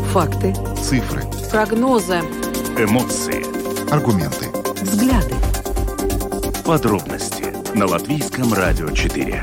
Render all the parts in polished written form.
Факты. Цифры. Прогнозы. Эмоции. Аргументы. Взгляды. Подробности на Латвийском радио 4.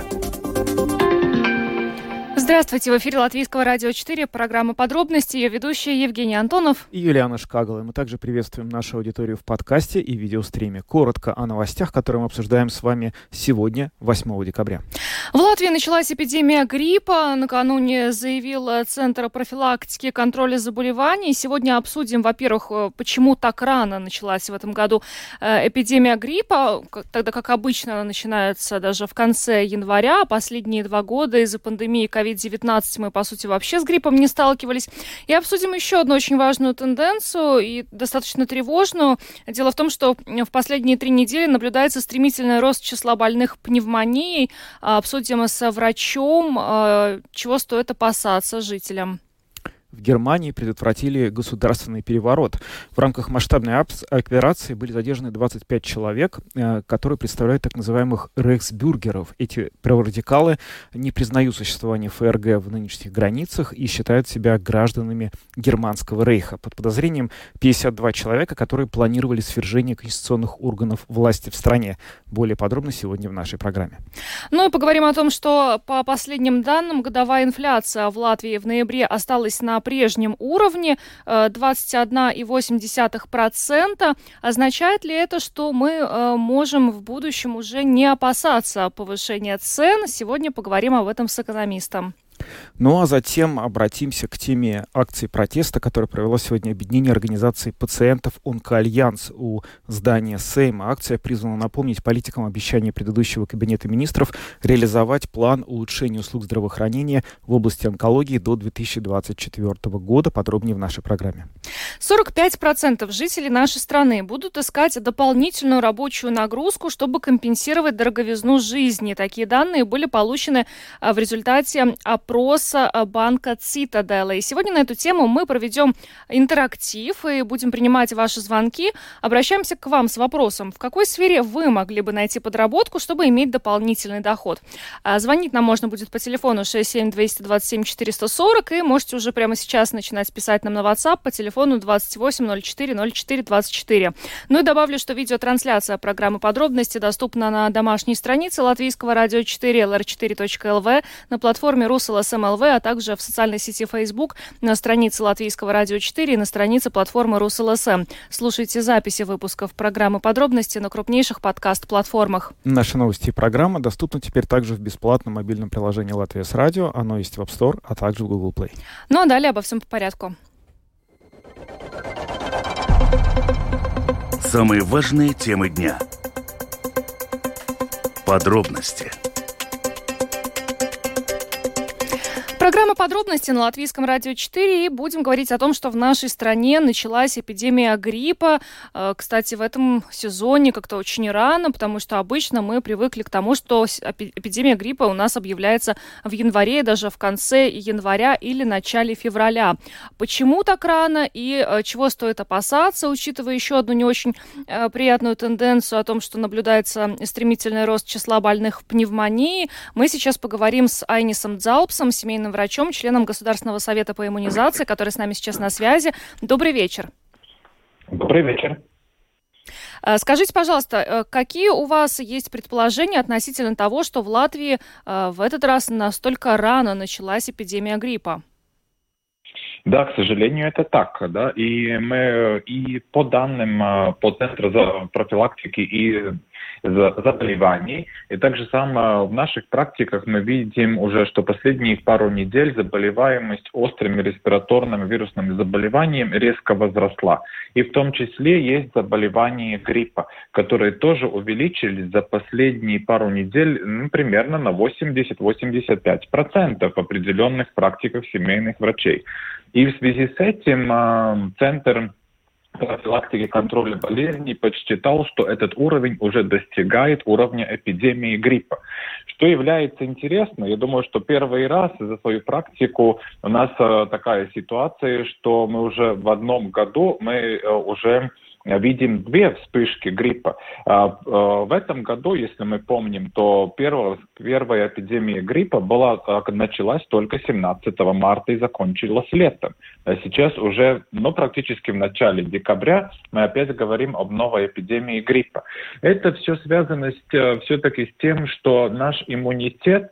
Здравствуйте, в эфире Латвийского радио 4, программа «Подробности», ее ведущие Евгений Антонов и Юлиана Шкагала. Мы также приветствуем нашу аудиторию в подкасте и видеостриме. Коротко о новостях, которые мы обсуждаем с вами сегодня, 8 декабря. В Латвии началась эпидемия гриппа. Накануне заявил Центр профилактики и контроля заболеваний. Сегодня обсудим, во-первых, почему так рано началась в этом году эпидемия гриппа, тогда как обычно она начинается даже в конце января. Последние 2 года из-за пандемии COVID-19 мы, по сути, вообще с гриппом не сталкивались. И обсудим еще одну очень важную тенденцию и достаточно тревожную. Дело в том, что в последние 3 недели наблюдается стремительный рост числа больных пневмонией. Обсудим с врачом, чего стоит опасаться жителям. В Германии предотвратили государственный переворот. В рамках масштабной операции были задержаны 25 человек, которые представляют так называемых рейхсбюргеров. Эти праворадикалы не признают существование ФРГ в нынешних границах и считают себя гражданами Германского рейха. Под подозрением 52 человека, которые планировали свержение конституционных органов власти в стране. Более подробно сегодня в нашей программе. Ну и поговорим о том, что по последним данным годовая инфляция в Латвии в ноябре осталась на прежнем уровне 21,8%. Означает ли это, что мы можем в будущем уже не опасаться повышения цен? Сегодня поговорим об этом с экономистом. Ну а затем обратимся к теме акции протеста, которую провело сегодня объединение организаций пациентов «Онкоальянс» у здания Сейма. Акция призвана напомнить политикам обещание предыдущего кабинета министров реализовать план улучшения услуг здравоохранения в области онкологии до 2024 года. Подробнее в нашей программе. 45% жителей нашей страны будут искать дополнительную рабочую нагрузку, чтобы компенсировать дороговизну жизни. Такие данные были получены в результате опроса банка Цитаделла. И сегодня на эту тему мы проведем интерактив и будем принимать ваши звонки. Обращаемся к вам с вопросом, в какой сфере вы могли бы найти подработку, чтобы иметь дополнительный доход. Звонить нам можно будет по телефону 67-227-440 и можете уже прямо сейчас начинать писать нам на WhatsApp по телефону 28 04 04 24. Ну и добавлю, что видеотрансляция программы «Подробности» доступна на домашней странице Латвийского радио 4 lr4.lv, на платформе Russell СМЛВ, а также в социальной сети Facebook, на странице Латвийского радио 4 и на странице платформы РусЛСМ. Слушайте записи выпусков программы «Подробности» на крупнейших подкаст-платформах. Наши новости и программа доступны теперь также в бесплатном мобильном приложении «Латвия с радио». Оно есть в App Store, а также в Google Play. Ну а далее обо всем по порядку. Самые важные темы дня. Подробности. Программа «Подробности» на Латвийском радио 4. И будем говорить о том, что в нашей стране началась эпидемия гриппа. Кстати, в этом сезоне как-то очень рано, потому что обычно мы привыкли к тому, что эпидемия гриппа у нас объявляется в январе, даже в конце января или начале февраля. Почему так рано и чего стоит опасаться, учитывая еще одну не очень приятную тенденцию о том, что наблюдается стремительный рост числа больных пневмонией, мы сейчас поговорим с Айнисом Дзалпсом, семейным врачом, членом Государственного совета по иммунизации, который с нами сейчас на связи. Добрый вечер. Добрый вечер. Скажите, пожалуйста, какие у вас есть предположения относительно того, что в Латвии в этот раз настолько рано началась эпидемия гриппа? Да, к сожалению, это так, да, и мы и по данным по Центру профилактики и заболеваний, и также в наших практиках мы видим уже, что последние пару недель заболеваемость острыми респираторными вирусными заболеваниями резко возросла. И в том числе есть заболевания гриппа, которые тоже увеличились за последние пару недель примерно на 80-85% в определенных практиках семейных врачей. И в связи с этим Центр профилактики и контроля болезней подсчитал, что этот уровень уже достигает уровня эпидемии гриппа. Что является интересно, я думаю, что первый раз за свою практику у нас такая ситуация, что мы уже в одном году уже видим две вспышки гриппа. В этом году, если мы помним, то первая эпидемия гриппа началась только 17 марта и закончилась летом. А сейчас уже, практически в начале декабря мы опять говорим об новой эпидемии гриппа. Это все связано все-таки с тем, что наш иммунитет,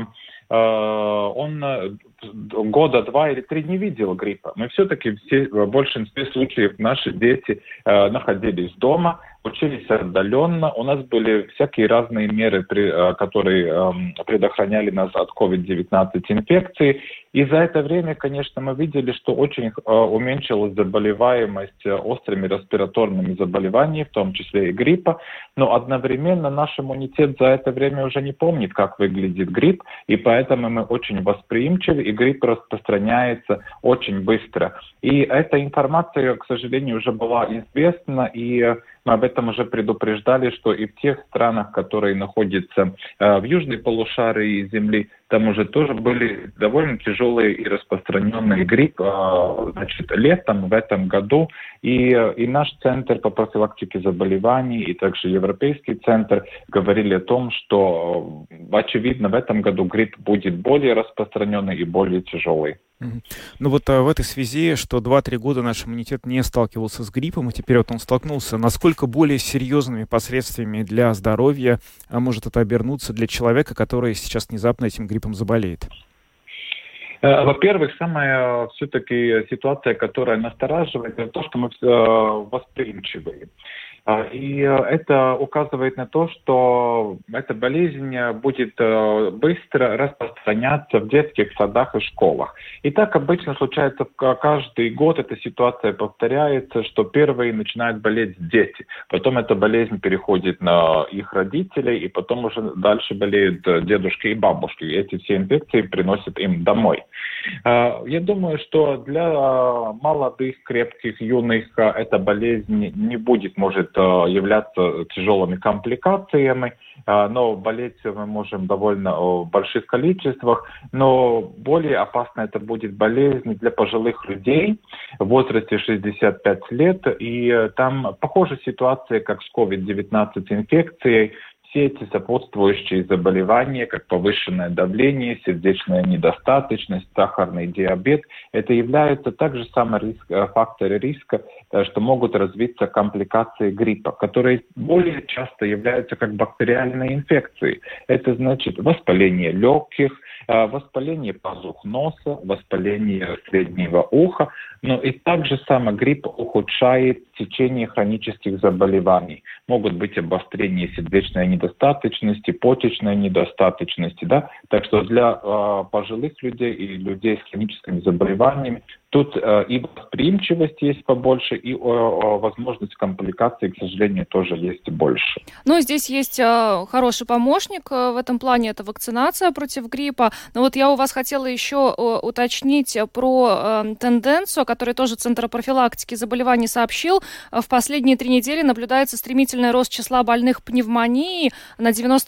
он года 2 или 3 не видел гриппа. Мы все-таки в большинстве случаев наши дети находились дома, учились отдаленно. У нас были всякие разные меры, которые предохраняли нас от COVID-19 инфекции. И за это время, конечно, мы видели, что очень уменьшилась заболеваемость острыми респираторными заболеваниями, в том числе и гриппа. Но одновременно наш иммунитет за это время уже не помнит, как выглядит грипп, и поэтому мы очень восприимчивы, и грипп распространяется очень быстро. И эта информация, к сожалению, уже была известна, и мы об этом уже предупреждали, что и в тех странах, которые находятся в южной полушарии Земли, там уже тоже были довольно тяжелые и распространенные грипп летом в этом году. И наш центр по профилактике заболеваний, и также Европейский центр говорили о том, что, очевидно, в этом году грипп будет более распространенный и более тяжелый. Ну вот в этой связи, что 2-3 года наш иммунитет не сталкивался с гриппом, и теперь он столкнулся, насколько более серьезными последствиями для здоровья может это обернуться для человека, который сейчас внезапно этим гриппом заболеет? Во-первых, самая все-таки ситуация, которая настораживает, это то, что мы восприимчивы. И это указывает на то, что эта болезнь будет быстро распространяться в детских садах и школах. И так обычно случается каждый год, эта ситуация повторяется, что первые начинают болеть дети, потом эта болезнь переходит на их родителей, и потом уже дальше болеют дедушки и бабушки. И эти все инфекции приносят им домой. Я думаю, что для молодых, крепких, юных эта болезнь не будет, может являться тяжелыми компликациями, но болеть мы можем довольно в больших количествах, но более опасна это будет болезнь для пожилых людей в возрасте 65 лет, и там похожая ситуация, как с COVID-19 инфекцией. Все эти сопутствующие заболевания, как повышенное давление, сердечная недостаточность, сахарный диабет, это являются также самые факторы риска, что могут развиться компликации гриппа, которые более часто являются как бактериальные инфекции. Это значит воспаление легких, воспаление пазух носа, воспаление среднего уха, но и также сам грипп ухудшает течение хронических заболеваний. Могут быть обострения сердечной недостаточности, почечной недостаточности, да? Так что для пожилых людей и людей с хроническими заболеваниями тут и восприимчивость есть побольше, и возможность компликаций, к сожалению, тоже есть больше. Ну, здесь есть хороший помощник в этом плане, это вакцинация против гриппа. Но вот я у вас хотела еще уточнить про тенденцию, о которой тоже Центр профилактики заболеваний сообщил. В последние 3 недели наблюдается стремительный рост числа больных пневмонией на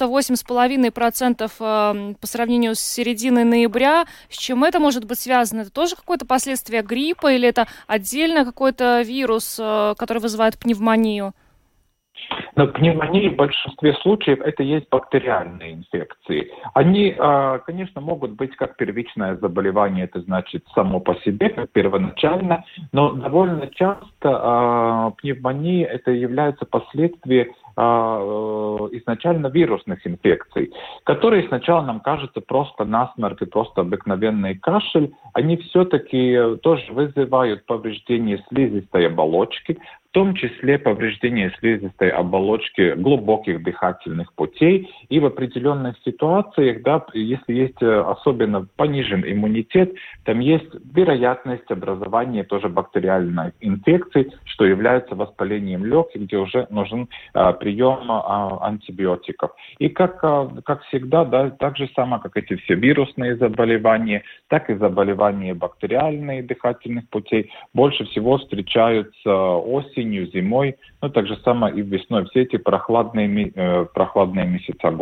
98,5% по сравнению с серединой ноября. С чем это может быть связано? Это тоже какое-то последствие гриппа или это отдельно какой-то вирус, который вызывает пневмонию? Но пневмония в большинстве случаев это есть бактериальные инфекции. Они, конечно, могут быть как первичное заболевание, это значит само по себе, как первоначально, но довольно часто пневмония это является последствием изначально вирусных инфекций, которые сначала нам кажутся просто насморк и просто обыкновенный кашель, они все-таки тоже вызывают повреждение слизистой оболочки, в том числе повреждение слизистой оболочки глубоких дыхательных путей. И в определенных ситуациях, да, если есть особенно понижен иммунитет, там есть вероятность образования тоже бактериальной инфекции, что является воспалением легких, где уже нужен прием антибиотиков. И как всегда, да, так же само, как эти все вирусные заболевания, так и заболевания бактериальные дыхательных путей больше всего встречаются осенью, зимой, но так же само и весной, все эти прохладные месяца года.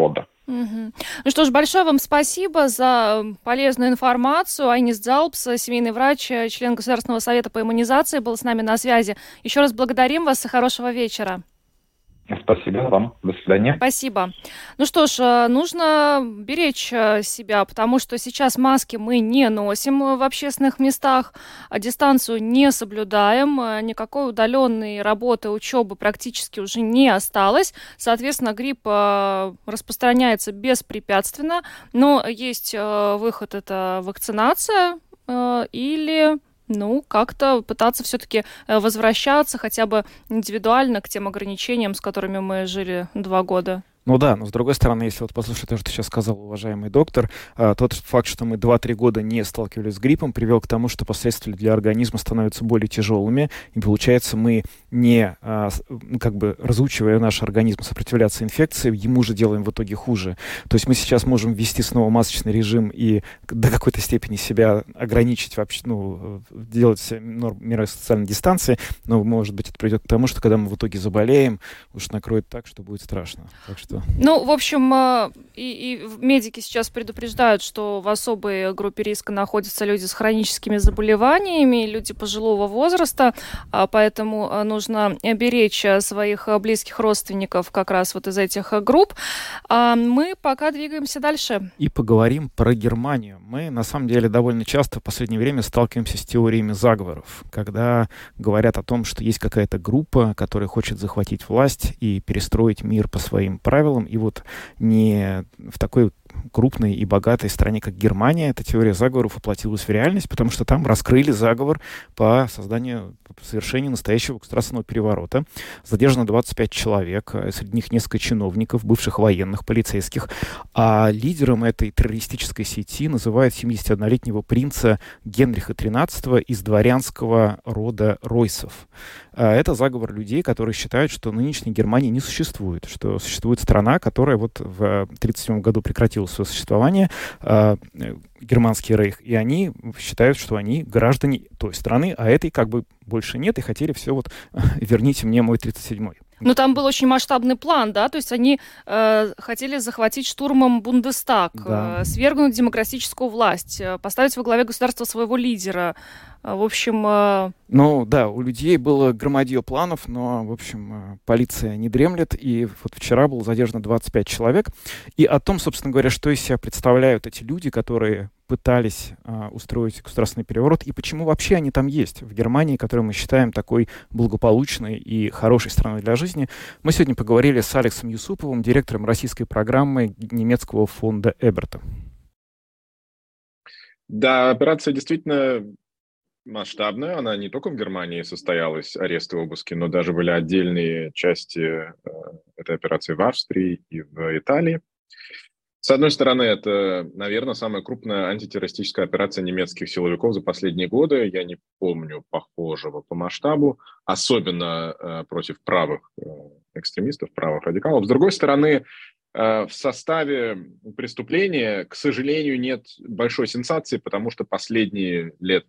Мгм. Ну что ж, большое вам спасибо за полезную информацию. Айнис Дзалпс, семейный врач, член Государственного совета по иммунизации, был с нами на связи. Еще раз благодарим вас и хорошего вечера. Спасибо вам. До свидания. Спасибо. Ну что ж, нужно беречь себя, потому что сейчас маски мы не носим в общественных местах, а дистанцию не соблюдаем, никакой удаленной работы, учебы практически уже не осталось. Соответственно, грипп распространяется беспрепятственно, но есть выход — это вакцинация или... как-то пытаться все-таки возвращаться хотя бы индивидуально к тем ограничениям, с которыми мы жили 2 года. Ну да, но с другой стороны, если вот послушать то, что сейчас сказал уважаемый доктор, тот факт, что мы 2-3 года не сталкивались с гриппом, привел к тому, что последствия для организма становятся более тяжелыми, и получается мы не, разучивая наш организм сопротивляться инфекции, ему же делаем в итоге хуже. То есть мы сейчас можем ввести снова масочный режим и до какой-то степени себя ограничить вообще, делать меры социальной дистанции, но, может быть, это приведет к тому, что когда мы в итоге заболеем, уж накроет так, что будет страшно. Так что... в общем, и медики сейчас предупреждают, что в особой группе риска находятся люди с хроническими заболеваниями, люди пожилого возраста, поэтому нужно беречь своих близких родственников как раз вот из этих групп. Мы пока двигаемся дальше. И поговорим про Германию. Мы, на самом деле, довольно часто в последнее время сталкиваемся с теориями заговоров, когда говорят о том, что есть какая-то группа, которая хочет захватить власть и перестроить мир по своим правилам, и вот не в такой крупной и богатой стране, как Германия, эта теория заговоров воплотилась в реальность, потому что там раскрыли заговор по совершению настоящего государственного переворота. Задержано 25 человек, среди них несколько чиновников, бывших военных, полицейских. А лидером этой террористической сети называют 71-летнего принца Генриха XIII из дворянского рода Ройсов. Это заговор людей, которые считают, что нынешней Германии не существует, что существует страна, которая вот в 1937 году прекратила свое существование, германский рейх, и они считают, что они граждане той страны, а этой как бы больше нет, и хотели все вот верните мне мой 37-й. Ну, там был очень масштабный план, да, то есть они хотели захватить штурмом Бундестаг, да. Свергнуть демократическую власть, поставить во главе государства своего лидера. В общем... Ну, да, у людей было громадье планов, но, в общем, полиция не дремлет, и вот вчера было задержано 25 человек. И о том, собственно говоря, что из себя представляют эти люди, которые пытались устроить государственный переворот, и почему вообще они там есть, в Германии, которую мы считаем такой благополучной и хорошей страной для жизни. Мы сегодня поговорили с Алексом Юсуповым, директором российской программы немецкого фонда Эберта. Да, операция действительно масштабная. Она не только в Германии состоялась, аресты и обыски, но даже были отдельные части этой операции в Австрии и в Италии. С одной стороны, это, наверное, самая крупная антитеррористическая операция немецких силовиков за последние годы. Я не помню похожего по масштабу, особенно против правых экстремистов, правых радикалов. С другой стороны, в составе преступления, к сожалению, нет большой сенсации, потому что последние лет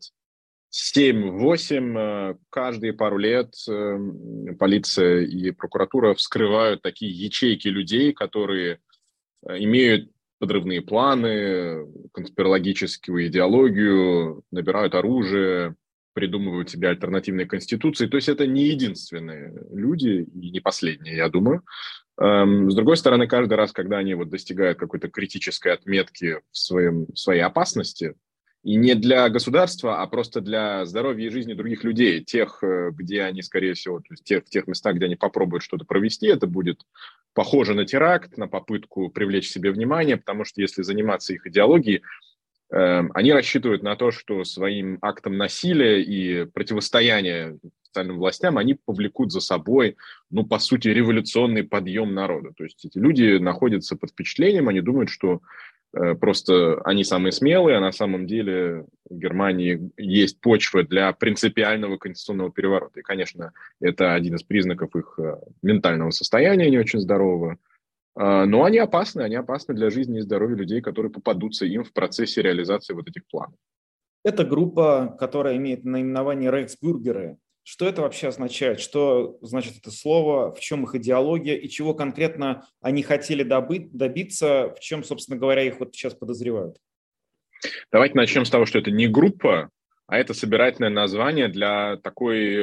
7-8, каждые пару лет полиция и прокуратура вскрывают такие ячейки людей, которые имеют подрывные планы, конспирологическую идеологию, набирают оружие, придумывают себе альтернативные конституции. То есть это не единственные люди, и не последние, я думаю. С другой стороны, каждый раз, когда они вот достигают какой-то критической отметки в своей опасности, и не для государства, а просто для здоровья и жизни других людей, тех, где они, скорее всего, то есть в тех местах, где они попробуют что-то провести, это будет похоже на теракт, на попытку привлечь к себе внимание, потому что если заниматься их идеологией, они рассчитывают на то, что своим актом насилия и противостояния официальным властям они повлекут за собой, по сути, революционный подъем народа. То есть эти люди находятся под впечатлением, они думают, что просто они самые смелые, а на самом деле в Германии есть почва для принципиального конституционного переворота. И, конечно, это один из признаков их ментального состояния, не очень здорового. Но они опасны для жизни и здоровья людей, которые попадутся им в процессе реализации вот этих планов. Это группа, которая имеет наименование «Рейхсбюргеры», Что это вообще означает? Что значит это слово? В чем их идеология? И чего конкретно они хотели добиться? В чем, собственно говоря, их вот сейчас подозревают? Давайте начнем с того, что это не группа, а это собирательное название для такой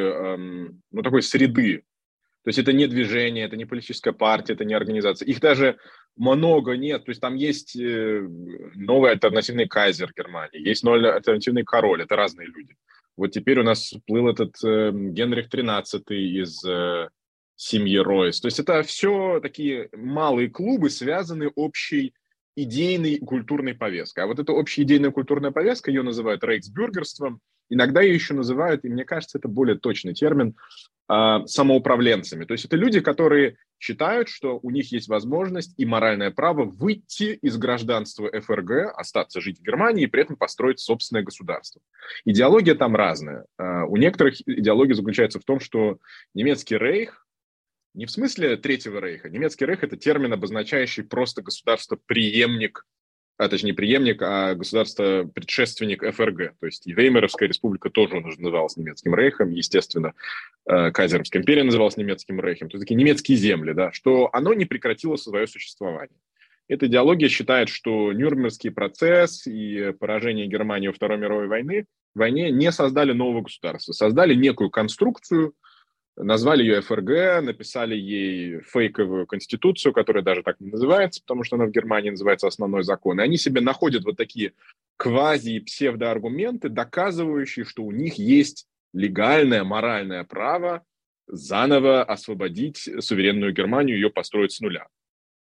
среды. То есть это не движение, это не политическая партия, это не организация. Их даже много нет. То есть там есть новый альтернативный кайзер Германии, есть новый альтернативный король. Это разные люди. Вот теперь у нас всплыл этот Генрих XIII из семьи Ройс. То есть это все такие малые клубы, связанные общей идейной и культурной повесткой. А вот эта общая идейная культурная повестка, ее называют рейхсбюргерством. Иногда ее еще называют, и мне кажется, это более точный термин, самоуправленцами. То есть это люди, которые считают, что у них есть возможность и моральное право выйти из гражданства ФРГ, остаться жить в Германии и при этом построить собственное государство. Идеология там разная. У некоторых идеология заключается в том, что немецкий рейх, не в смысле Третьего рейха, немецкий рейх – это термин, обозначающий просто государство-преемник, точнее преемник, а государство-предшественник ФРГ. То есть и Веймаровская республика тоже уже называлась немецким рейхом, естественно, Кайзеровская империя называлась немецким рейхом. То есть такие немецкие земли, да, что оно не прекратило свое существование. Эта идеология считает, что Нюрнбергский процесс и поражение Германии во Второй мировой войне не создали нового государства, создали некую конструкцию, назвали ее ФРГ, написали ей фейковую конституцию, которая даже так не называется, потому что она в Германии называется «Основной закон». И они себе находят вот такие квази- и псевдоаргументы, доказывающие, что у них есть легальное моральное право заново освободить суверенную Германию, ее построить с нуля.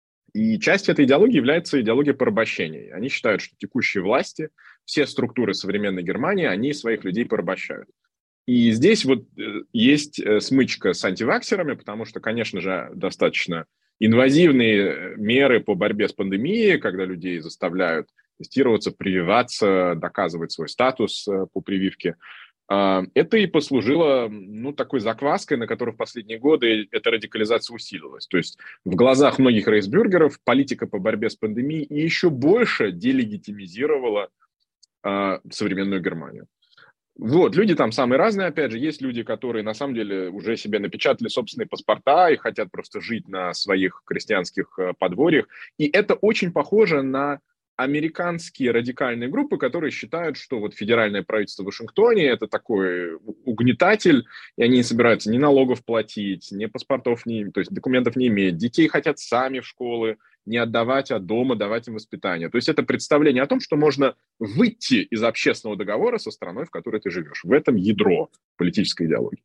И часть этой идеологии является идеологией порабощения. Они считают, что текущие власти, все структуры современной Германии, они своих людей порабощают. И здесь вот есть смычка с антиваксерами, потому что, конечно же, достаточно инвазивные меры по борьбе с пандемией, когда людей заставляют тестироваться, прививаться, доказывать свой статус по прививке. Это и послужило такой закваской, на которой в последние годы эта радикализация усилилась. То есть в глазах многих рейхсбюргеров политика по борьбе с пандемией еще больше делегитимизировала современную Германию. Вот, люди там самые разные, опять же, есть люди, которые на самом деле уже себе напечатали собственные паспорта и хотят просто жить на своих крестьянских подворьях, и это очень похоже на американские радикальные группы, которые считают, что вот федеральное правительство в Вашингтоне – это такой угнетатель, и они не собираются ни налогов платить, ни паспортов, то есть документов не иметь, детей хотят сами в школы не отдавать, а дома давать им воспитание. То есть это представление о том, что можно выйти из общественного договора со страной, в которой ты живешь. В этом ядро политической идеологии.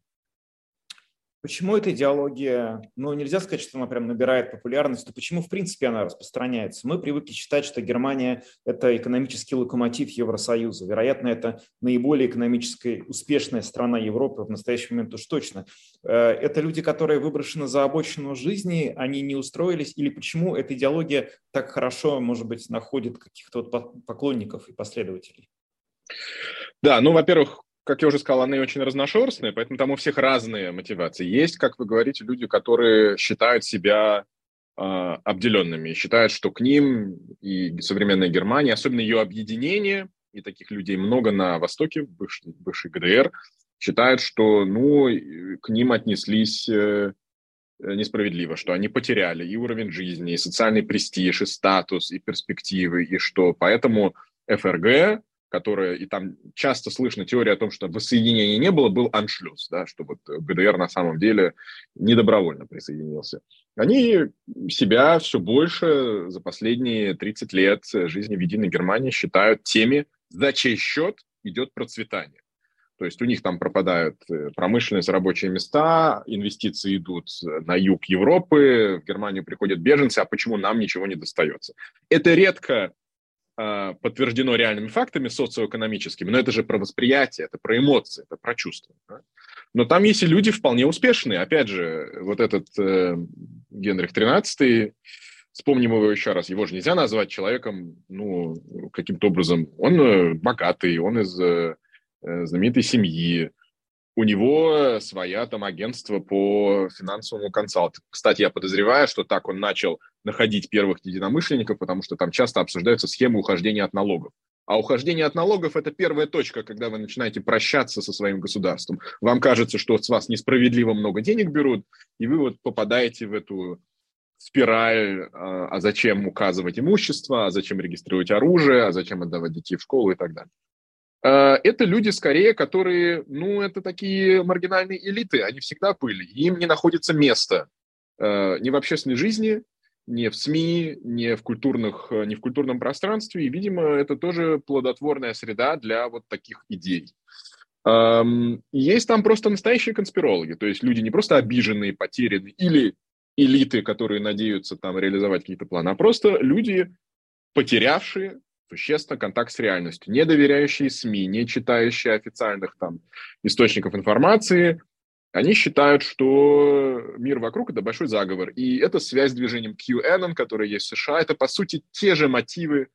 Почему эта идеология, нельзя сказать, что она прям набирает популярность, то почему, в принципе, она распространяется? Мы привыкли считать, что Германия – это экономический локомотив Евросоюза. Вероятно, это наиболее экономически успешная страна Европы в настоящий момент уж точно. Это люди, которые выброшены за обочину жизни, они не устроились, или почему эта идеология так хорошо, может быть, находит каких-то поклонников и последователей? Да, во-первых, как я уже сказал, они очень разношерстные, поэтому там у всех разные мотивации. Есть, как вы говорите, люди, которые считают себя обделенными, считают, что к ним и современная Германия, особенно ее объединение, и таких людей много на Востоке, бывшей ГДР, считают, что к ним отнеслись несправедливо, что они потеряли и уровень жизни, и социальный престиж, и статус, и перспективы, и что поэтому ФРГ, которая, и там часто слышно теория о том, что воссоединения не было, был аншлюс, да, что вот ГДР на самом деле недобровольно присоединился. Они себя все больше за последние 30 лет жизни в единой Германии считают теми, за чей счет идет процветание. То есть у них там пропадают промышленность, рабочие места, инвестиции идут на юг Европы, в Германию приходят беженцы, а почему нам ничего не достается? Это редко подтверждено реальными фактами социоэкономическими, но это же про восприятие, это про эмоции, это про чувства. Да? Но там есть и люди вполне успешные. Опять же, вот этот Генрих XIII, вспомним его еще раз, его же нельзя назвать человеком, каким-то образом, он богатый, он из знаменитой семьи, у него своя там агентство по финансовому консалтингу. Кстати, я подозреваю, что так он начал находить первых единомышленников, потому что там часто обсуждаются схемы ухождения от налогов. А ухождение от налогов – это первая точка, когда вы начинаете прощаться со своим государством. Вам кажется, что с вас несправедливо много денег берут, и вы вот попадаете в эту спираль, а зачем указывать имущество, а зачем регистрировать оружие, а зачем отдавать детей в школу и так далее. Это люди, скорее, которые, это такие маргинальные элиты, они всегда были, им не находится места ни в общественной жизни, ни в СМИ, ни в культурном пространстве, и, видимо, это тоже плодотворная среда для вот таких идей. Есть там просто настоящие конспирологи, то есть люди не просто обиженные, потерянные, или элиты, которые надеются там реализовать какие-то планы, а просто люди, потерявшие существенно контакт с реальностью, не доверяющие СМИ, не читающие официальных там источников информации. Они считают, что мир вокруг – это большой заговор. И это связь с движением QAnon, которое есть в США. Это, по сути, те же мотивы,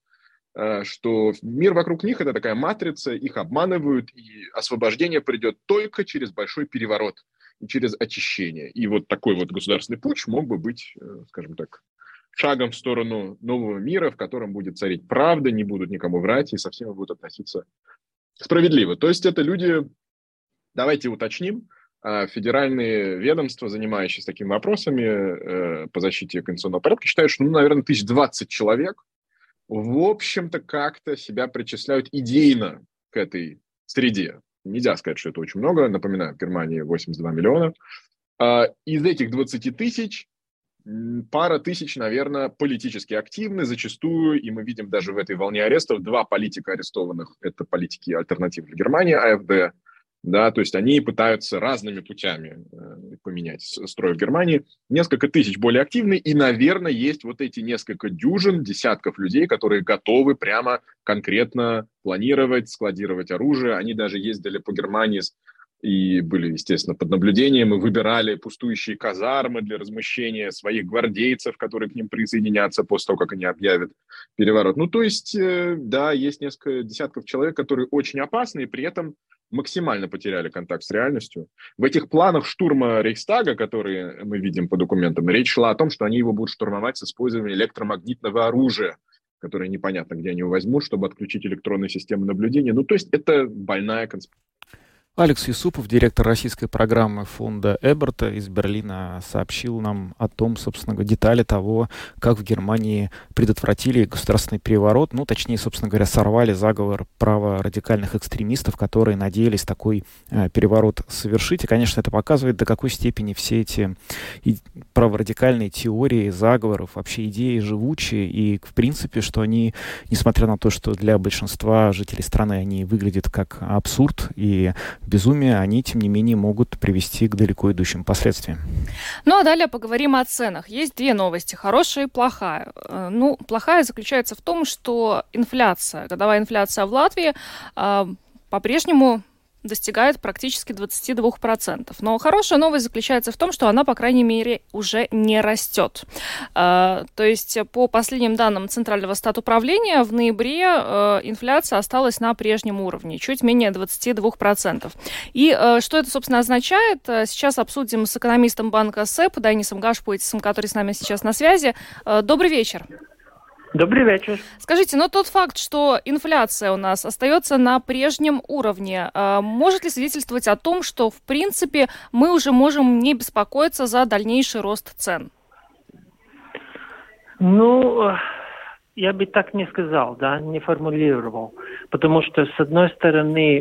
что мир вокруг них – это такая матрица, их обманывают, и освобождение придет только через большой переворот и через очищение. И вот такой вот государственный путч мог бы быть, скажем так, шагом в сторону нового мира, в котором будет царить правда, не будут никому врать, и со всеми будут относиться справедливо. То есть это люди, давайте уточним, федеральные ведомства, занимающиеся такими вопросами по защите конституционного порядка, считают, что, наверное, 20 человек, в общем-то, как-то себя причисляют идейно к этой среде. Нельзя сказать, что это очень много. Напоминаю, в Германии 82 миллиона. Из этих 20 тысяч пара тысяч, наверное, политически активны зачастую, и мы видим даже в этой волне арестов 2 политика арестованных, это политики альтернативы для Германии, АФД, да, то есть они пытаются разными путями поменять строй в Германии. Несколько тысяч более активны, и, наверное, есть вот эти несколько дюжин, десятков людей, которые готовы прямо конкретно планировать, складировать оружие. Они даже ездили по Германии и были, естественно, под наблюдением, и выбирали пустующие казармы для размещения своих гвардейцев, которые к ним присоединятся после того, как они объявят переворот. То есть, да, есть несколько десятков человек, которые очень опасны, и при этом максимально потеряли контакт с реальностью. В этих планах штурма Рейхстага, которые мы видим по документам, речь шла о том, что они его будут штурмовать с использованием электромагнитного оружия, которое непонятно, где они его возьмут, чтобы отключить электронные системы наблюдения. То есть это больная конспирация. Алекс Юсупов, директор российской программы фонда Эберта из Берлина, сообщил нам о том, собственно говоря, детали того, как в Германии предотвратили государственный переворот, точнее, собственно говоря, сорвали заговор праворадикальных экстремистов, которые надеялись такой переворот совершить. И, конечно, это показывает, до какой степени все эти праворадикальные теории заговоров, вообще идеи живучие, и, в принципе, что они, несмотря на то, что для большинства жителей страны они выглядят как абсурд и безумие, они, тем не менее, могут привести к далеко идущим последствиям. А далее поговорим о ценах. Есть 2 новости, хорошая и плохая. Плохая заключается в том, что годовая инфляция в Латвии по-прежнему достигает практически 22%. Но хорошая новость заключается в том, что она, по крайней мере, уже не растет. То есть, по последним данным Центрального статуправления, в ноябре инфляция осталась на прежнем уровне, чуть менее 22%. И что это, собственно, означает, сейчас обсудим с экономистом банка СЭП Дайнисом Гашпуитисом, который с нами сейчас на связи. Добрый вечер. Добрый вечер. Скажите, тот факт, что инфляция у нас остается на прежнем уровне, может ли свидетельствовать о том, что, в принципе, мы уже можем не беспокоиться за дальнейший рост цен? Я бы так не сказал, не формулировал. Потому что, с одной стороны,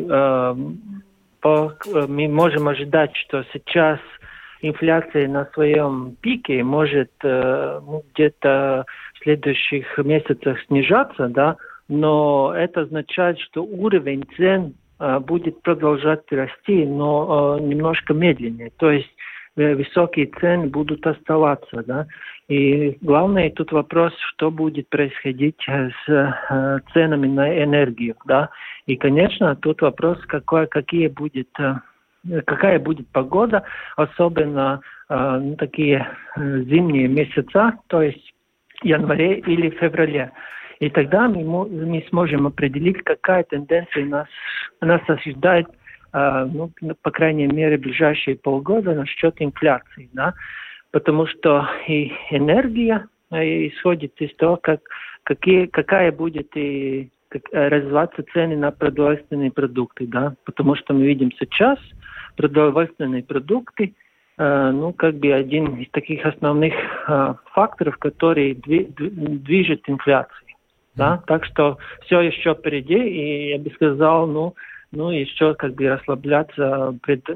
мы можем ожидать, что сейчас инфляция на своем пике может где-то в следующих месяцах снижаться, но это означает, что уровень цен будет продолжать расти, но немножко медленнее. То есть высокие цены будут оставаться, И главный тут вопрос, что будет происходить с ценами на энергию, И, конечно, тут вопрос, какая будет погода, особенно такие зимние месяца, то есть в январе или феврале. И тогда мы сможем определить, какая тенденция нас ожидает, по крайней мере, в ближайшие полгода насчет инфляции. Потому что и энергия исходит из того, какая будет и развиваться цены на продовольственные продукты, да, потому что мы видим сейчас продовольственные продукты, один из таких основных факторов, который движет инфляцию, да, так что все еще впереди, и я бы сказал, еще расслабляться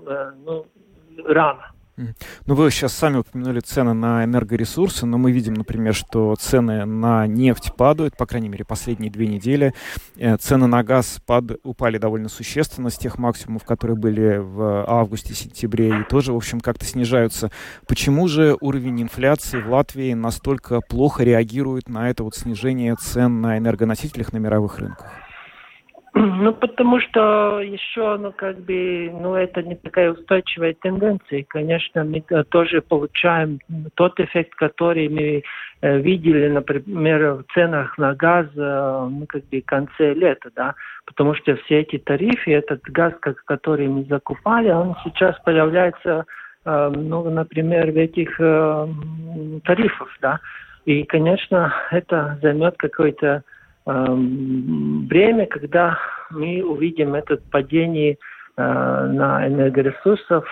рано. Ну, вы сейчас сами упомянули цены на энергоресурсы, но мы видим, например, что цены на нефть падают, по крайней мере, последние 2 недели. Цены на газ упали довольно существенно с тех максимумов, которые были в августе-сентябре, и тоже, в общем, как-то снижаются. Почему же уровень инфляции в Латвии настолько плохо реагирует на это снижение цен на энергоносителях на мировых рынках? Потому что еще, это не такая устойчивая тенденция. Конечно, мы тоже получаем тот эффект, который мы видели, например, в ценах на газ, в конце лета, да, потому что все эти тарифы, этот газ, который мы закупали, он сейчас появляется, например, в этих тарифах, да, и, конечно, это займет какое-то время, когда мы увидим это падение на энергоресурсов,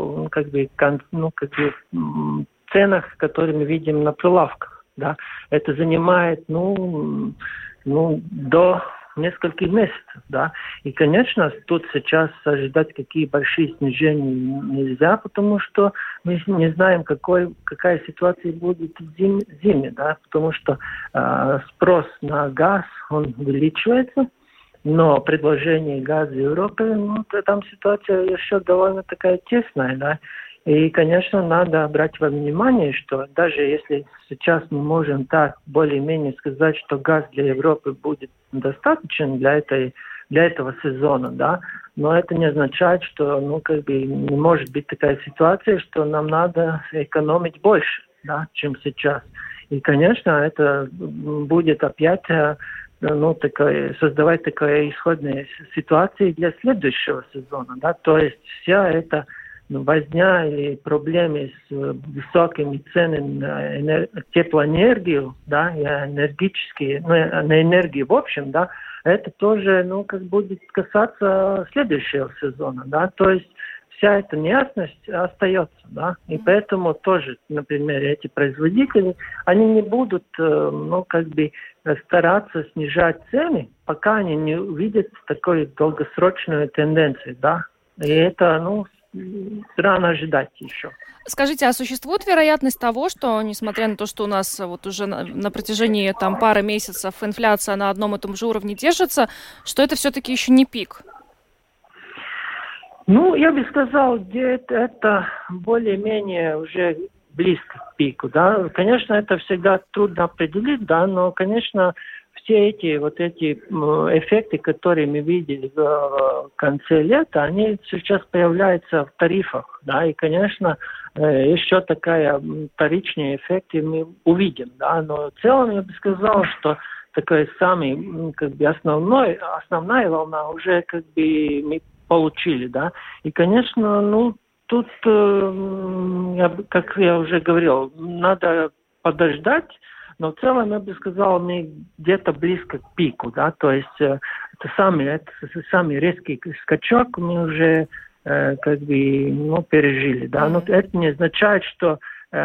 ценах, которые мы видим на прилавках, да. Это занимает, до нескольких месяцев, да. И, конечно, тут сейчас ожидать какие большие снижения нельзя, потому что мы не знаем, какая ситуация будет в зиме, да, потому что спрос на газ, он увеличивается, но предложение газа в Европе, там ситуация еще довольно такая тесная, да. И, конечно, надо брать во внимание, что даже если сейчас мы можем так более-менее сказать, что газ для Европы будет достаточен для этого сезона, да, но это не означает, что, не может быть такая ситуация, что нам надо экономить больше, да, чем сейчас. И, конечно, это будет опять создавать такая исходная ситуация для следующего сезона, да, то есть вся эта возня или проблемы с высокими ценами на теплоэнергию, да, и на энергию в общем, да, это тоже, будет касаться следующего сезона, да, то есть вся эта неясность остается, да, и поэтому тоже, например, эти производители, они не будут, стараться снижать цены, пока они не увидят такую долгосрочную тенденцию, да, и это, рано ожидать еще. Скажите, а существует вероятность того, что, несмотря на то, что у нас уже на протяжении пары месяцев инфляция на одном и том же уровне держится, что это все-таки еще не пик? Я бы сказал, где-то это более-менее уже близко к пику, да. Конечно, это всегда трудно определить, да, но, конечно, все эти эффекты, которые мы видели в конце лета, они сейчас появляются в тарифах, да, и, конечно, еще такая вторичные эффекты мы увидим, да, но в целом я бы сказал, что такая основная волна уже мы получили, да, и, конечно, тут, как я уже говорил, надо подождать. Но в целом, я бы сказал, мы где-то близко к пику, да, то есть это самый резкий скачок мы уже пережили, да, но это не означает, что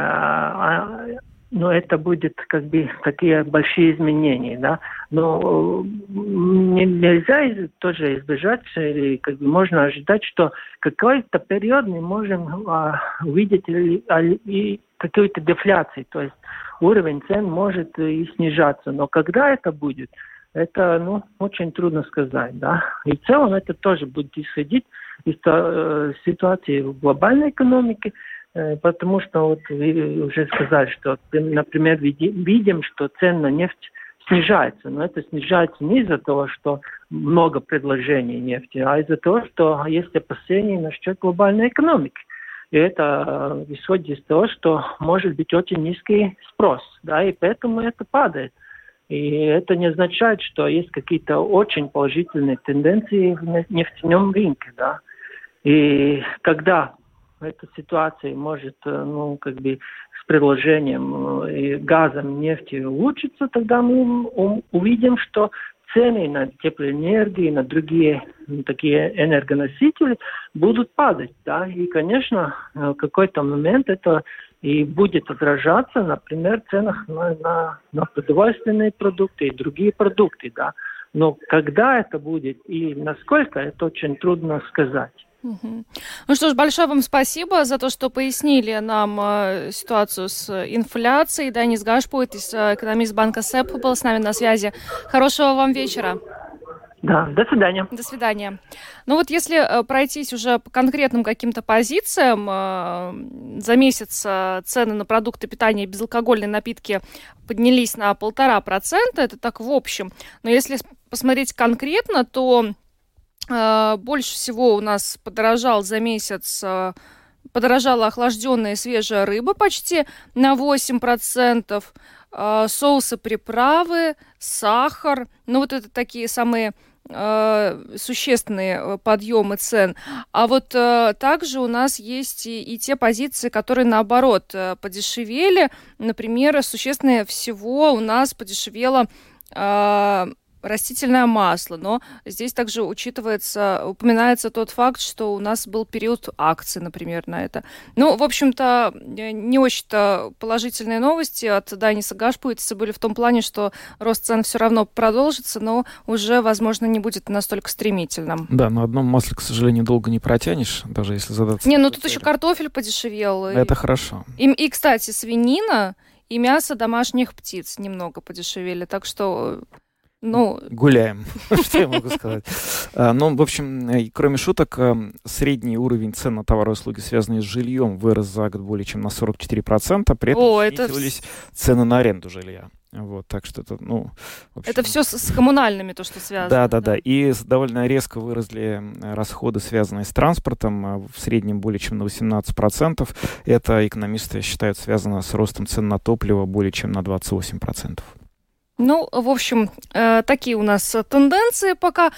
это будет такие большие изменения, да, но нельзя тоже избежать, или можно ожидать, что какой-то период мы можем увидеть и какую-то дефляцию, то есть уровень цен может и снижаться, но когда это будет, это очень трудно сказать, да. И в целом это тоже будет исходить из ситуации в глобальной экономике, потому что вы уже сказали, что, например, видим, что цена на нефть снижается, но это снижается не из-за того, что много предложений нефти, а из-за того, что есть опасения насчет глобальной экономики. И это исходит из того, что может быть очень низкий спрос, да, и поэтому это падает. И это не означает, что есть какие-то очень положительные тенденции в нефтяном рынке, да. И когда эта ситуация может, с предложением газом, нефти улучшиться, тогда мы увидим, что цены на теплоэнергию, на другие такие энергоносители будут падать. Да? И, конечно, в какой-то момент это и будет отражаться, например, в ценах на продовольственные продукты и другие продукты. Да? Но когда это будет и насколько, это очень трудно сказать. Ну что ж, большое вам спасибо за то, что пояснили нам ситуацию с инфляцией. Данис Гашпуйтис, экономист банка СЭП, был с нами на связи. Хорошего вам вечера. Да, до свидания. До свидания. Ну вот если пройтись уже по конкретным каким-то позициям, за месяц цены на продукты питания и безалкогольные напитки поднялись на 1,5%, это так в общем. Но если посмотреть конкретно, то больше всего у нас подорожала охлажденная и свежая рыба почти на 8%, соусы, приправы, сахар. Ну, вот это такие самые существенные подъемы цен. А вот также у нас есть и те позиции, которые, наоборот, подешевели. Например, существеннее всего у нас подешевело растительное масло, но здесь также упоминается тот факт, что у нас был период акций, например, на это. Ну, в общем-то, не очень-то положительные новости от Даниса Гашпуйтиса были в том плане, что рост цен все равно продолжится, но уже, возможно, не будет настолько стремительным. Да, на одном масле, к сожалению, долго не протянешь, даже если задаться... Не, ну тут еще картофель подешевел. Это хорошо. И, кстати, свинина и мясо домашних птиц немного подешевели, так что... Гуляем, что я могу сказать. В общем, кроме шуток, средний уровень цен на товары и услуги, связанные с жильем, вырос за год более чем на 44%, при этом снизились цены на аренду жилья. Вот, так что это, в общем... Это все с коммунальными, то, что связано. Да. И довольно резко выросли расходы, связанные с транспортом, в среднем более чем на 18%. Это экономисты считают связано с ростом цен на топливо более чем на 28%. Ну, в общем, такие у нас тенденции пока.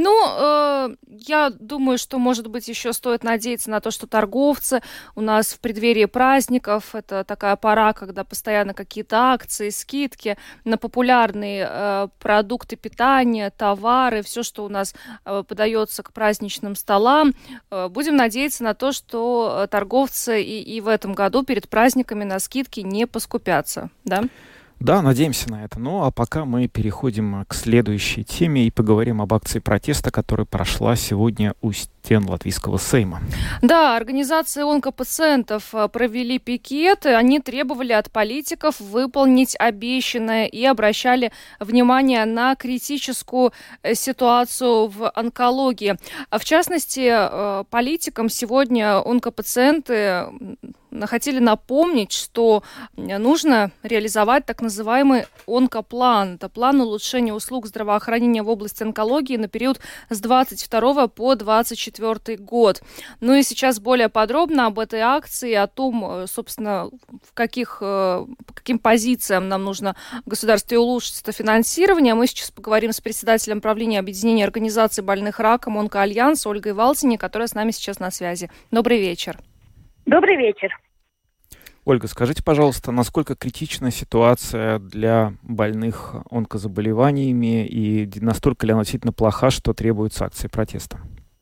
Но я думаю, что, может быть, еще стоит надеяться на то, что торговцы у нас в преддверии праздников, это такая пора, когда постоянно какие-то акции, скидки на популярные продукты питания, товары, все, что у нас подается к праздничным столам. Будем надеяться на то, что торговцы и в этом году перед праздниками на скидки не поскупятся, да? Да, надеемся на это. Ну, а пока мы переходим к следующей теме и поговорим об акции протеста, которая прошла сегодня у стен Латвийского Сейма. Да, организации онкопациентов провели пикеты. Они требовали от политиков выполнить обещанное и обращали внимание на критическую ситуацию в онкологии. В частности, политикам сегодня онкопациенты хотели напомнить, что нужно реализовать так называемый онкоплан. Это план улучшения услуг здравоохранения в области онкологии на период с 22 по 24 год. Ну и сейчас более подробно об этой акции, о том, собственно, по каким позициям нам нужно в государстве улучшить это финансирование. Мы сейчас поговорим с председателем правления объединения организаций больных раком «Онкоальянс» Ольгой Валтине, которая с нами сейчас на связи. Добрый вечер. Добрый вечер. Ольга, скажите, пожалуйста, насколько критична ситуация для больных онкозаболеваниями и настолько ли она действительно плоха, что требуется акции протеста?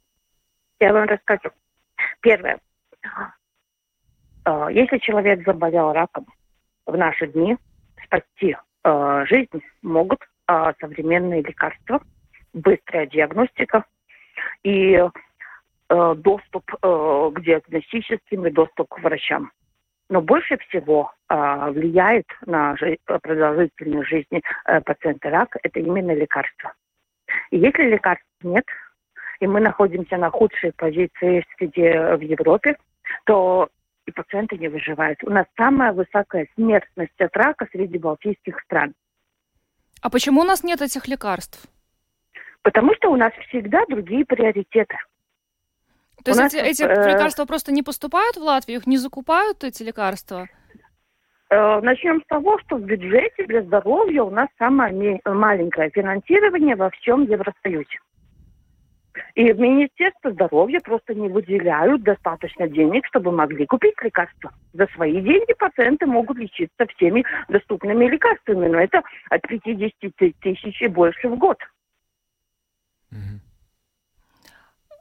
Я вам расскажу. Первое. Если человек заболел раком, в наши дни спасти жизнь могут современные лекарства, быстрая диагностика и доступ к диагностическим и доступ к врачам. Но больше всего влияет на продолжительность жизни пациента рака это именно лекарства. И если лекарств нет, и мы находимся на худшей позиции в Европе, то и пациенты не выживают. У нас самая высокая смертность от рака среди балтийских стран. А почему у нас нет этих лекарств? Потому что у нас всегда другие приоритеты. То есть эти лекарства просто не поступают в Латвию, их не закупают, эти лекарства? Начнем с того, что в бюджете для здоровья у нас самое маленькое финансирование во всем Евросоюзе. И в Министерстве здоровья просто не выделяют достаточно денег, чтобы могли купить лекарства. За свои деньги пациенты могут лечиться всеми доступными лекарствами, но это от 50 тысяч и больше в год.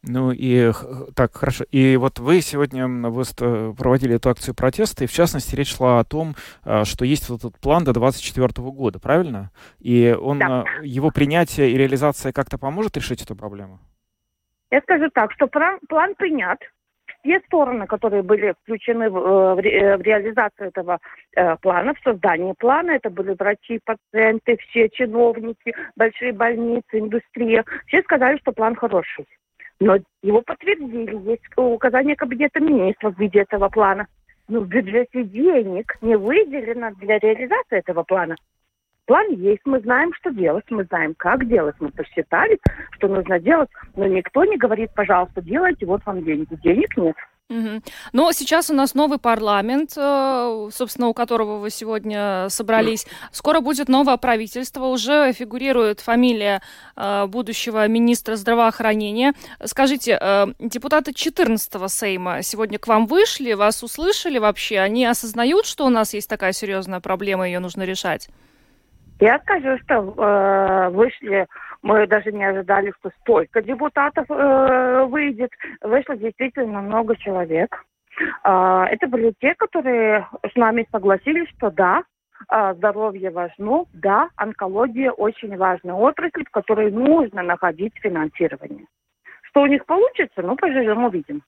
Ну и так, хорошо. И вот вы сегодня проводили эту акцию протеста, и в частности речь шла о том, что есть вот этот план до 2024 года, правильно? И Да. его принятие и реализация как-то поможет решить эту проблему? Я скажу так, что план принят. Те стороны, которые были включены в реализацию этого плана, в создание плана, это были врачи, пациенты, все чиновники, большие больницы, индустрия. Все сказали, что план хороший. Но его подтвердили. Есть указание Кабинета министров в виде этого плана. Но в бюджете денег не выделено для реализации этого плана. План есть, мы знаем, что делать, мы знаем, как делать. Мы посчитали, что нужно делать, но никто не говорит, пожалуйста, делайте, вот вам деньги. Денег нет. Угу. Но сейчас у нас новый парламент, собственно, у которого вы сегодня собрались. Скоро будет новое правительство, уже фигурирует фамилия будущего министра здравоохранения. Скажите, депутаты 14-го Сейма сегодня к вам вышли, вас услышали вообще? Они осознают, что у нас есть такая серьезная проблема, ее нужно решать? Я скажу, что вышли, мы даже не ожидали, что столько депутатов выйдет. Вышло действительно много человек. Это были те, которые с нами согласились, что да, здоровье важно, да, онкология очень важная отрасль, в которой нужно находить финансирование. Что у них получится, поживем, увидим.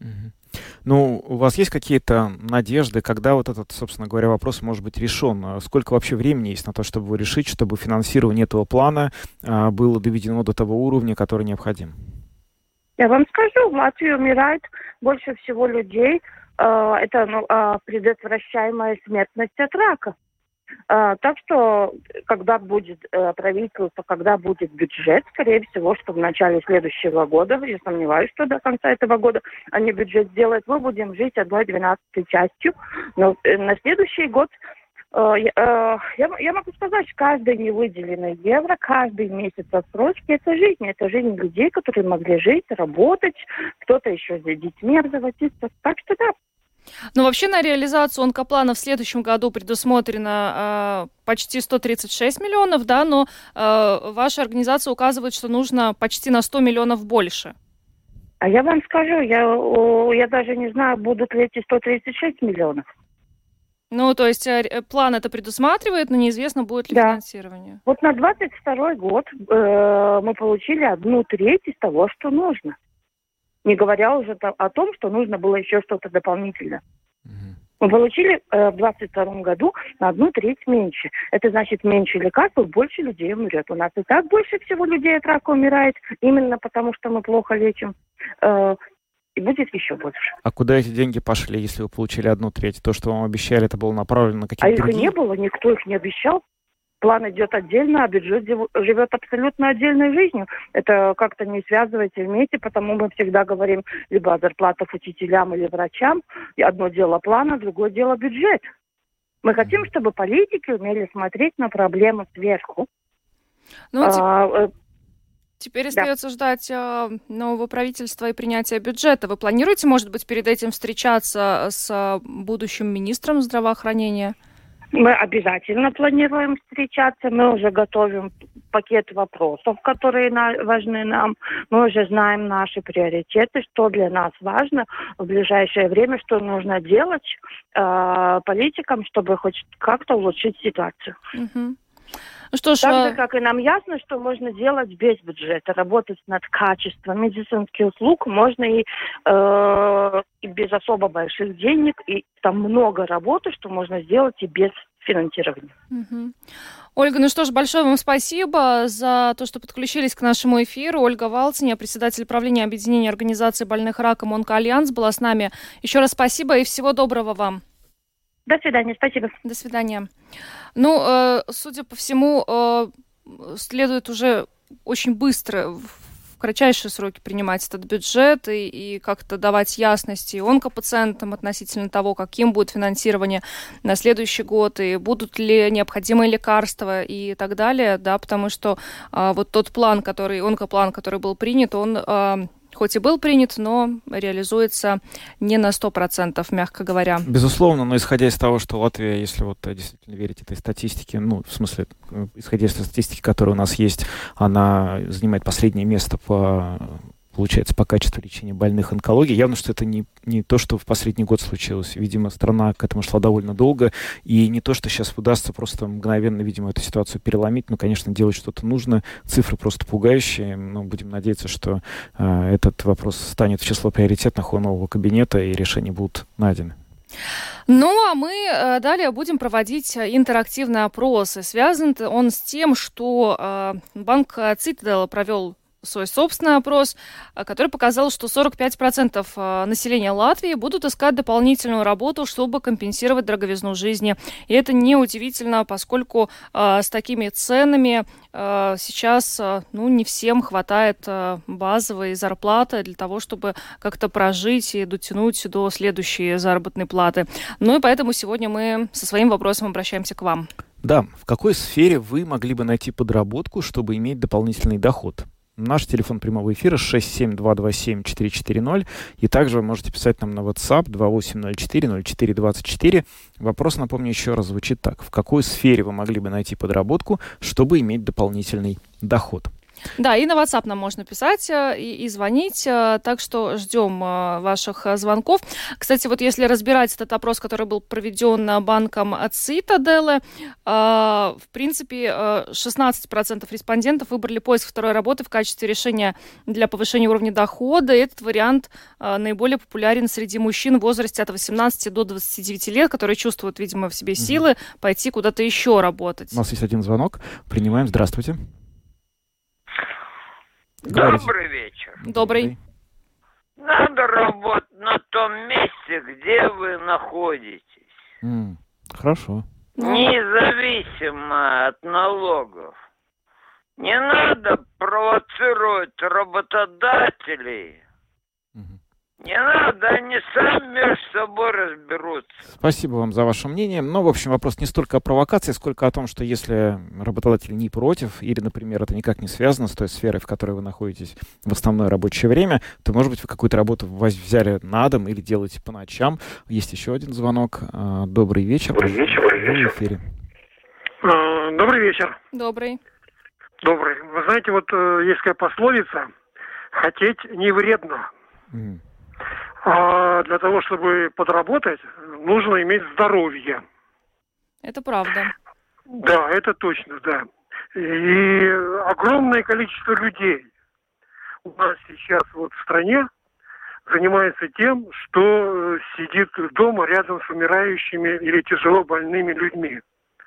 Ну, у вас есть какие-то надежды, когда вот этот, собственно говоря, вопрос может быть решен? Сколько вообще времени есть на то, чтобы решить, чтобы финансирование этого плана было доведено до того уровня, который необходим? Я вам скажу, в Латвии умирает больше всего людей. Это предотвращаемая смертность от рака. Так что, когда будет правительство, когда будет бюджет, скорее всего, что в начале следующего года, я сомневаюсь, что до конца этого года они бюджет сделают, мы будем жить 1/12 частью. Но на следующий год, я могу сказать, каждый невыделенный евро, каждый месяц отсрочки – это жизнь людей, которые могли жить, работать, кто-то еще с детьми обзаводиться. Так что да. Но вообще на реализацию онкоплана в следующем году предусмотрено почти 136 миллионов, да, но ваша организация указывает, что нужно почти на 100 миллионов больше. А я вам скажу, я даже не знаю, будут ли эти 136 миллионов. Ну, то есть план это предусматривает, но неизвестно, будет ли финансирование. Вот на 2022 год мы получили 1/3 из того, что нужно. Не говоря уже о том, что нужно было еще что-то дополнительно. Мы получили в 2022 году на 1/3 меньше. Это значит, меньше лекарств, больше людей умрет. У нас и так больше всего людей от рака умирает, именно потому что мы плохо лечим. И будет еще больше. А куда эти деньги пошли, если вы получили 1/3? То, что вам обещали, это было направлено на какие-то другие? А их не было, никто их не обещал. План идет отдельно, а бюджет живет абсолютно отдельной жизнью. Это как-то не связывайте вместе, потому мы всегда говорим либо о зарплатах учителям или врачам. И одно дело плана, другое дело бюджет. Мы хотим, чтобы политики умели смотреть на проблемы сверху. Теперь остается ждать нового правительства и принятия бюджета. Вы планируете, может быть, перед этим встречаться с будущим министром здравоохранения? Мы обязательно планируем встречаться. Мы уже готовим пакет вопросов, которые важны нам. Мы уже знаем наши приоритеты, что для нас важно в ближайшее время, что нужно делать политикам, чтобы хоть как-то улучшить ситуацию. Угу. Что ж, так же, как и нам ясно, что можно делать без бюджета. Работать над качеством медицинских услуг можно и без особо больших денег. И там много работы, что можно сделать и без финансирования. Угу. Ольга, ну что ж, большое вам спасибо за то, что подключились к нашему эфиру. Ольга Валциня, председатель правления объединения организаций больных раком «Онкоальянс», была с нами. Еще раз спасибо и всего доброго вам. До свидания, спасибо. До свидания. Ну, судя по всему, следует уже очень быстро, в кратчайшие сроки принимать этот бюджет и как-то давать ясности онкопациентам относительно того, каким будет финансирование на следующий год, и будут ли необходимые лекарства и так далее, да, потому что вот тот онкоплан, который был принят, он хоть и был принят, но реализуется не на 100%, мягко говоря. Безусловно, но исходя из того, что Латвия, если вот действительно верить этой статистике, в смысле, исходя из статистики, которая у нас есть, она занимает последнее место по получается, по качеству лечения больных онкологией. Явно, что это не то, что в последний год случилось. Видимо, страна к этому шла довольно долго, и не то, что сейчас удастся просто мгновенно, видимо, эту ситуацию переломить. Ну, конечно, делать что-то нужно. Цифры просто пугающие. Но будем надеяться, что этот вопрос станет в число приоритетных у нового кабинета, и решения будут найдены. Ну, а мы далее будем проводить интерактивный опрос. Связан он с тем, что банк Citadel провел свой собственный опрос, который показал, что 45% населения Латвии будут искать дополнительную работу, чтобы компенсировать дороговизну жизни. И это неудивительно, поскольку с такими ценами сейчас не всем хватает базовой зарплаты для того, чтобы как-то прожить и дотянуть до следующей заработной платы. Ну и поэтому сегодня мы со своим вопросом обращаемся к вам. Да, в какой сфере вы могли бы найти подработку, чтобы иметь дополнительный доход? Наш телефон прямого эфира 67227-440. И также вы можете писать нам на WhatsApp 2804-0424. Вопрос, напомню, еще раз звучит так. В какой сфере вы могли бы найти подработку, чтобы иметь дополнительный доход? Да, и на WhatsApp нам можно писать и звонить, так что ждем ваших звонков. Кстати, вот если разбирать этот опрос, который был проведен банком Citadel, в принципе, 16% респондентов выбрали поиск второй работы в качестве решения для повышения уровня дохода. И этот вариант наиболее популярен среди мужчин в возрасте от 18 до 29 лет, которые чувствуют, видимо, в себе силы пойти куда-то еще работать. У нас есть один звонок. Принимаем. Здравствуйте. Добрый вечер. Добрый. Надо работать на том месте, где вы находитесь. Хорошо. Независимо от налогов. Не надо провоцировать работодателей. Не надо, они сами между собой разберутся. Спасибо вам за ваше мнение. Но, в общем, вопрос не столько о провокации, сколько о том, что если работодатель не против, или, например, это никак не связано с той сферой, в которой вы находитесь в основное рабочее время, то, может быть, вы какую-то работу взяли на дом или делаете по ночам. Есть еще один звонок. Добрый вечер. Добрый вечер. Вы в эфире. Добрый вечер. Добрый. Добрый. Вы знаете, вот есть такая пословица: хотеть не вредно. А для того, чтобы подработать, нужно иметь здоровье. Это правда. Да, это точно, да. И огромное количество людей у нас сейчас вот в стране занимается тем, что сидит дома рядом с умирающими или тяжело больными людьми.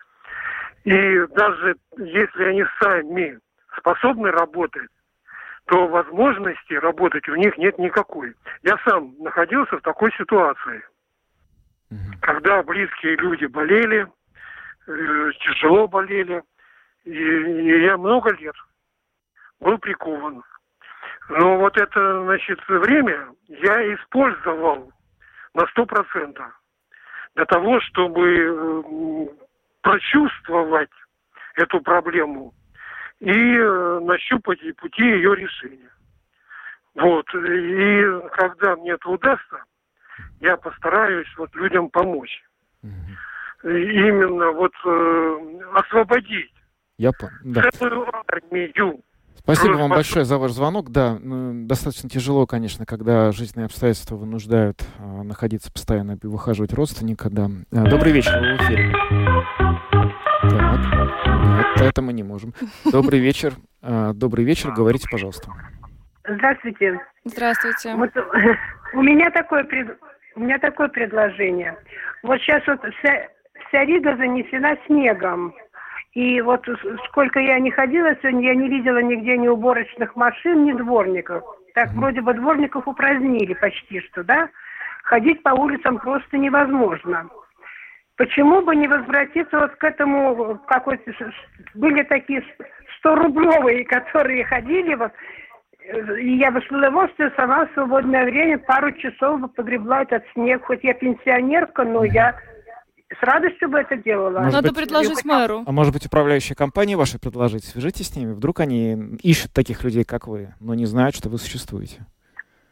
И даже если они сами способны работать, то возможности работать у них нет никакой. Я сам находился в такой ситуации, когда близкие люди болели, тяжело болели, и я много лет был прикован. Но вот это, значит, время я использовал на 100% для того, чтобы прочувствовать эту проблему и нащупать пути ее решения. Вот. И когда мне это удастся, я постараюсь вот людям помочь. Именно вот освободить целую армию. Спасибо вам большое за ваш звонок. Да, достаточно тяжело, конечно, когда жизненные обстоятельства вынуждают находиться постоянно и выхаживать родственника. Да. Добрый вечер, вы в эфире. Так, нет, это мы не можем. Добрый вечер. Добрый вечер, говорите, пожалуйста. Здравствуйте. Здравствуйте. Вот, у меня такое предложение. Вот сейчас вот вся Рига занесена снегом. И вот сколько я не ходила сегодня, я не видела нигде ни уборочных машин, ни дворников. Так вроде бы дворников упразднили почти что, да? Ходить по улицам просто невозможно. Почему бы не возвратиться вот к этому, какой-то, были такие 100-рублевые, которые ходили, вот, и я бы с удовольствием сама в свободное время пару часов бы погребла этот снег. Хоть я пенсионерка, но я с радостью бы это делала. Надо предложить мэру. А может быть, управляющая компания ваша предложить? Свяжитесь с ними. Вдруг они ищут таких людей, как вы, но не знают, что вы существуете.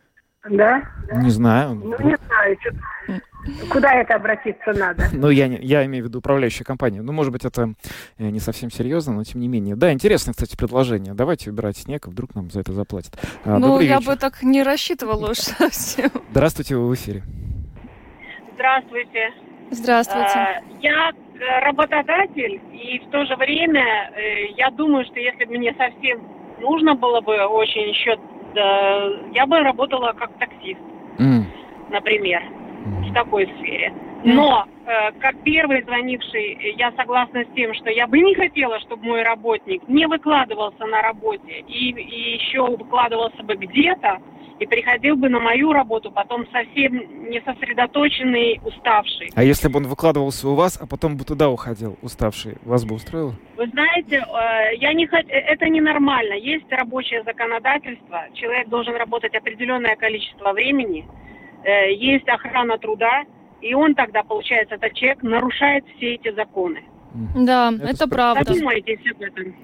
Да? Не знаю. Ну, не знаю, куда это обратиться надо. Ну, я имею в виду управляющую компанию. Ну, может быть, это не совсем серьезно, но тем не менее. Да, интересное, кстати, предложение. Давайте убирать снег, вдруг нам за это заплатят. Ну, я бы так не рассчитывала уж совсем. Здравствуйте, вы в эфире. Здравствуйте. Здравствуйте. Я работодатель, и в то же время я думаю, что если бы мне совсем нужно было бы очень еще, я бы работала как таксист, например, в такой сфере. Но, как первый звонивший, я согласна с тем, что я бы не хотела, чтобы мой работник не выкладывался на работе и еще выкладывался бы где-то, и приходил бы на мою работу потом совсем не сосредоточенный, уставший. А если бы он выкладывался у вас, а потом бы туда уходил уставший, вас бы устроило? Вы знаете, это ненормально. Есть рабочее законодательство, человек должен работать определенное количество времени, есть охрана труда, и он тогда, получается, этот человек нарушает все эти законы. Да, это правда. Задумайтесь об этом.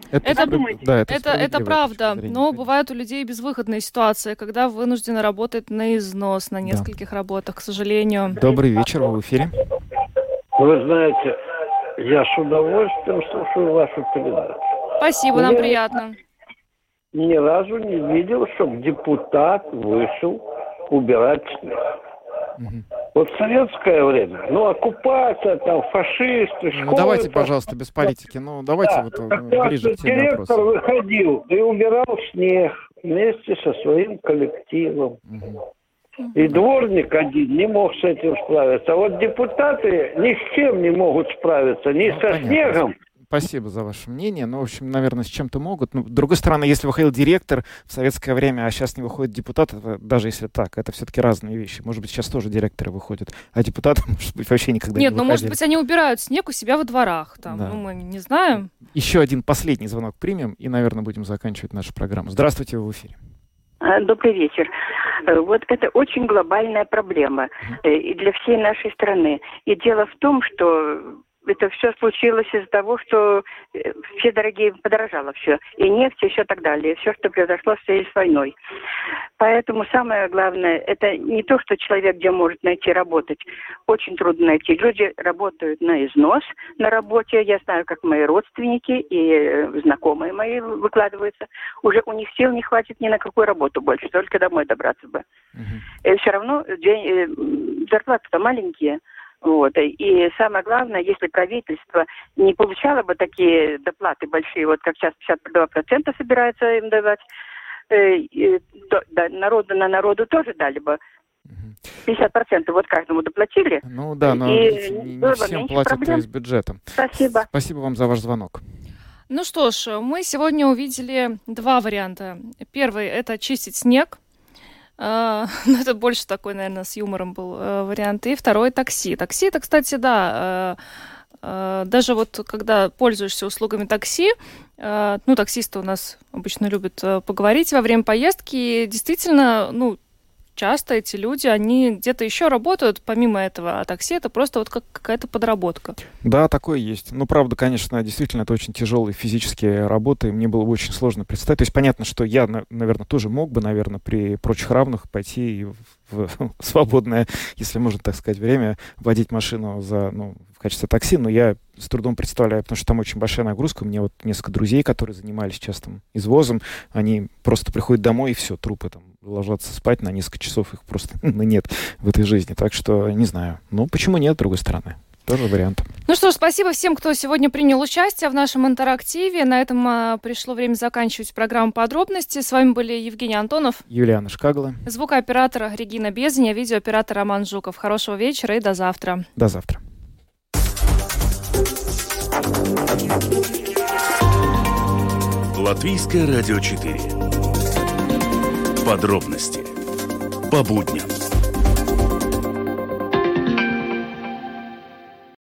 Это правда, но бывают у людей безвыходные ситуации, когда вынуждены работать на износ на нескольких работах, к сожалению. Добрый вечер, вы в эфире. Вы знаете, я с удовольствием слушаю вашу передачу. Спасибо, нам приятно. Ни разу не видел, чтобы депутат вышел убирать снег. Вот в советское время, оккупация, там, фашисты, школы... Ну, давайте, пожалуйста, без политики, давайте ближе к теме вопроса. Директор выходил и убирал снег вместе со своим коллективом. И дворник один не мог с этим справиться. А вот депутаты ни с чем не могут справиться, ни со снегом. Спасибо за ваше мнение. В общем, наверное, с чем-то могут. С другой стороны, если выходил директор в советское время, а сейчас не выходит депутат, даже если так, это все-таки разные вещи. Может быть, сейчас тоже директоры выходят, а депутаты, может быть, вообще никогда не выходили. Нет, может быть, они убирают снег у себя во дворах. Там. Да. Мы не знаем. Еще один последний звонок примем, и, наверное, будем заканчивать нашу программу. Здравствуйте, вы в эфире. Добрый вечер. Вот это очень глобальная проблема и для всей нашей страны. И дело в том, что это все случилось из-за того, что все дорогие подорожало все. И нефть, и все так далее. Все, что произошло в связи с войной. Поэтому самое главное, это не то, что человек где может найти работать. Очень трудно найти. Люди работают на износ на работе. Я знаю, как мои родственники и знакомые мои выкладываются. Уже у них сил не хватит ни на какую работу больше. Только домой добраться бы. И все равно зарплаты-то маленькие. Вот. И самое главное, если правительство не получало бы такие доплаты большие, вот как сейчас 52% собирается им давать, народу тоже дали бы 50%, вот каждому доплатили. Ну да, но не всем платят из бюджета. Спасибо. Спасибо вам за ваш звонок. Ну что ж, мы сегодня увидели два варианта. Первый – это чистить снег. Это больше такой, наверное, с юмором был вариант. И второй – такси. Такси – это, кстати, да, даже вот когда пользуешься услугами такси, таксисты у нас обычно любят поговорить во время поездки, и действительно, часто эти люди, они где-то еще работают помимо этого, а такси это просто вот как какая-то подработка. Да, такое есть. Правда, конечно, действительно, это очень тяжелые физические работы, и мне было бы очень сложно представить. То есть понятно, что я, наверное, тоже мог бы, наверное, при прочих равных пойти в свободное, если можно так сказать, время водить машину в качестве такси, но я с трудом представляю, потому что там очень большая нагрузка. У меня вот несколько друзей, которые занимались частым извозом, они просто приходят домой и все, трупы там ложатся спать на несколько часов, их просто нет в этой жизни. Так что не знаю. Почему нет, с другой стороны? Тоже вариант. Ну что ж, спасибо всем, кто сегодня принял участие в нашем интерактиве. На этом пришло время заканчивать программу «Подробности». С вами были Евгений Антонов, Юлиана Шкагла, звукооператор Регина Безаня, видеооператор Роман Жуков. Хорошего вечера и до завтра. До завтра. Латвийское радио 4. Подробности по будням.